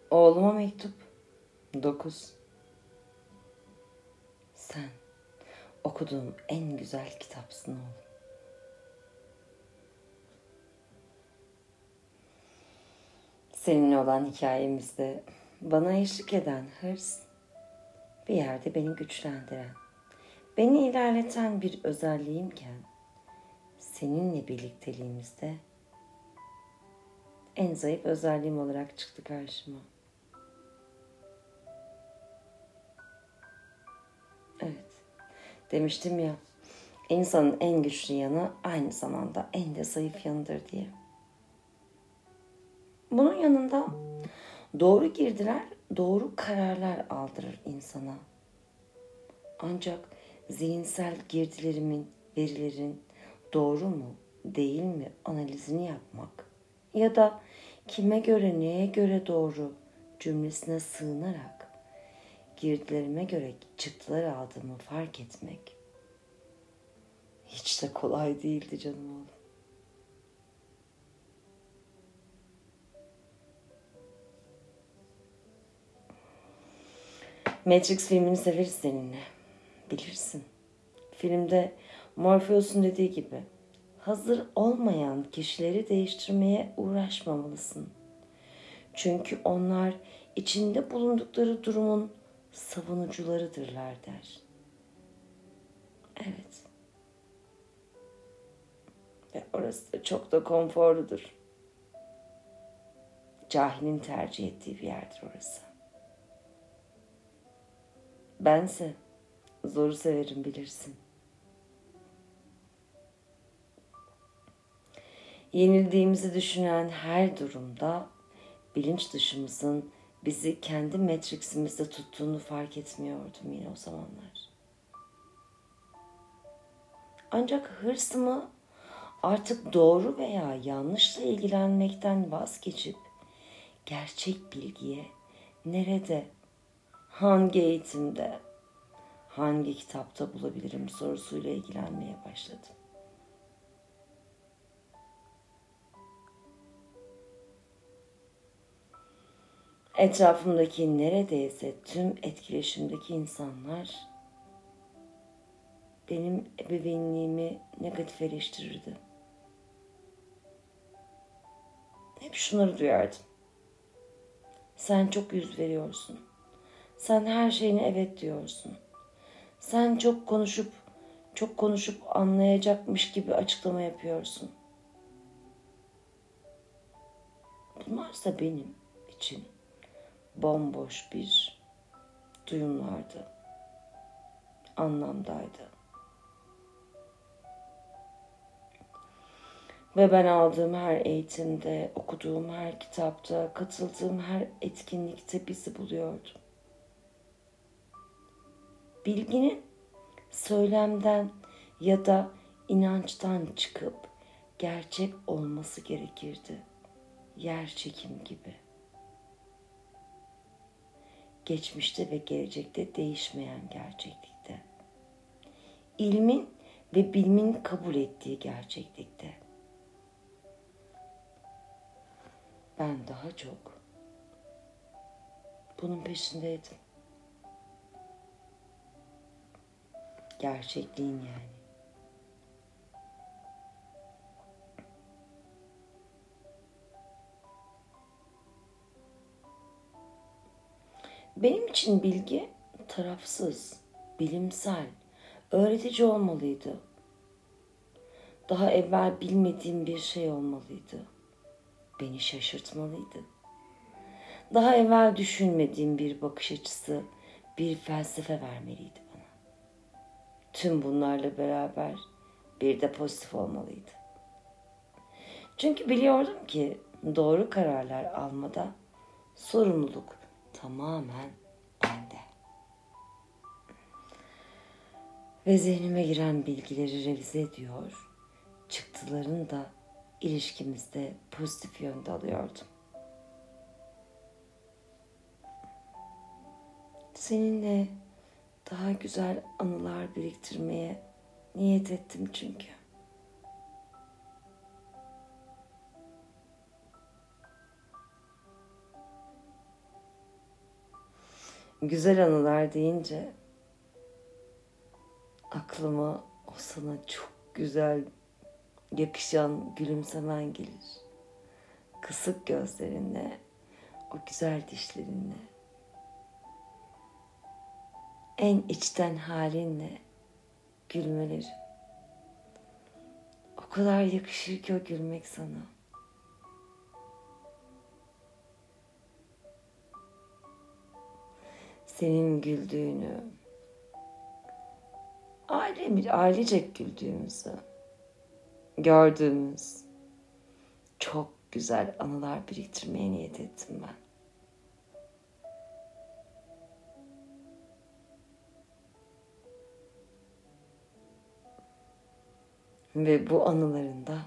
Oğluma mektup. 9. Sen okuduğum en güzel kitapsın oğlum. Seninle olan hikayemizde bana eşlik eden hırs, bir yerde beni güçlendiren, beni ilerleten bir özelliğimken, seninle birlikteliğimizde en zayıf özelliğim olarak çıktı karşıma. Evet, demiştim ya, insanın en güçlü yanı aynı zamanda en de zayıf yanıdır diye. Bunun yanında doğru girdiler, doğru kararlar aldırır insana. Ancak zihinsel girdilerimin, verilerin doğru mu, değil mi analizini yapmak ya da kime göre, neye göre doğru cümlesine sığınarak girdilerime göre çıktılar aldığımı fark etmek hiç de kolay değildi canım oğlum. Matrix filmini severiz seninle. Bilirsin. Filmde Morpheus'un dediği gibi hazır olmayan kişileri değiştirmeye uğraşmamalısın. Çünkü onlar içinde bulundukları durumun savunucularıdırlar der. Evet. Ve orası da çok da konforludur. Cahilin tercih ettiği bir yerdir orası. Bense zoru severim bilirsin. Yenildiğimizi düşünen her durumda bilinç dışımızın bizi kendi matriximizde tuttuğunu fark etmiyordum yine o zamanlar. Ancak hırsımı artık doğru veya yanlışla ilgilenmekten vazgeçip gerçek bilgiye nerede, hangi eğitimde, hangi kitapta bulabilirim sorusuyla ilgilenmeye başladım. Etrafımdaki neredeyse tüm etkileşimdeki insanlar benim ebeveynliğimi negatif eleştirirdi. Hep şunları duyardım. Sen çok yüz veriyorsun. Sen her şeyine evet diyorsun. Sen çok konuşup anlayacakmış gibi açıklama yapıyorsun. Bunlarsa benim için bomboş bir duyumlardı, anlamdaydı. Ve ben aldığım her eğitimde, okuduğum her kitapta, katıldığım her etkinlikte bizi buluyordum. Bilginin söylemden ya da inançtan çıkıp gerçek olması gerekirdi. Yer çekim gibi. Geçmişte ve gelecekte değişmeyen gerçeklikte. İlmin ve bilimin kabul ettiği gerçeklikte. Ben daha çok bunun peşindeydim. Gerçekliğin yani. Benim için bilgi tarafsız, bilimsel, öğretici olmalıydı. Daha evvel bilmediğim bir şey olmalıydı. Beni şaşırtmalıydı. Daha evvel düşünmediğim bir bakış açısı, bir felsefe vermeliydi bana. Tüm bunlarla beraber bir de pozitif olmalıydı. Çünkü biliyordum ki doğru kararlar almada sorumluluk tamamen bende. Ve zihnime giren bilgileri revize ediyor, çıktılarını da ilişkimizde pozitif yönde alıyordum. Seninle daha güzel anılar biriktirmeye niyet ettim çünkü. Güzel anılar deyince aklıma o sana çok güzel yakışan gülümsemen gelir. Kısık gözlerinle, o güzel dişlerinle, en içten halinle gülmeleri. O kadar yakışır ki o gülmek sana. Senin güldüğünü, ailecek güldüğümüzü gördüğümüz çok güzel anılar biriktirmeye niyet ettim ben. Ve bu anıların da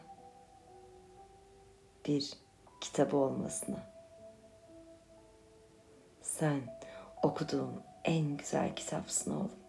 bir kitabı olmasına, sen okuduğum en güzel kitapsın oğlum.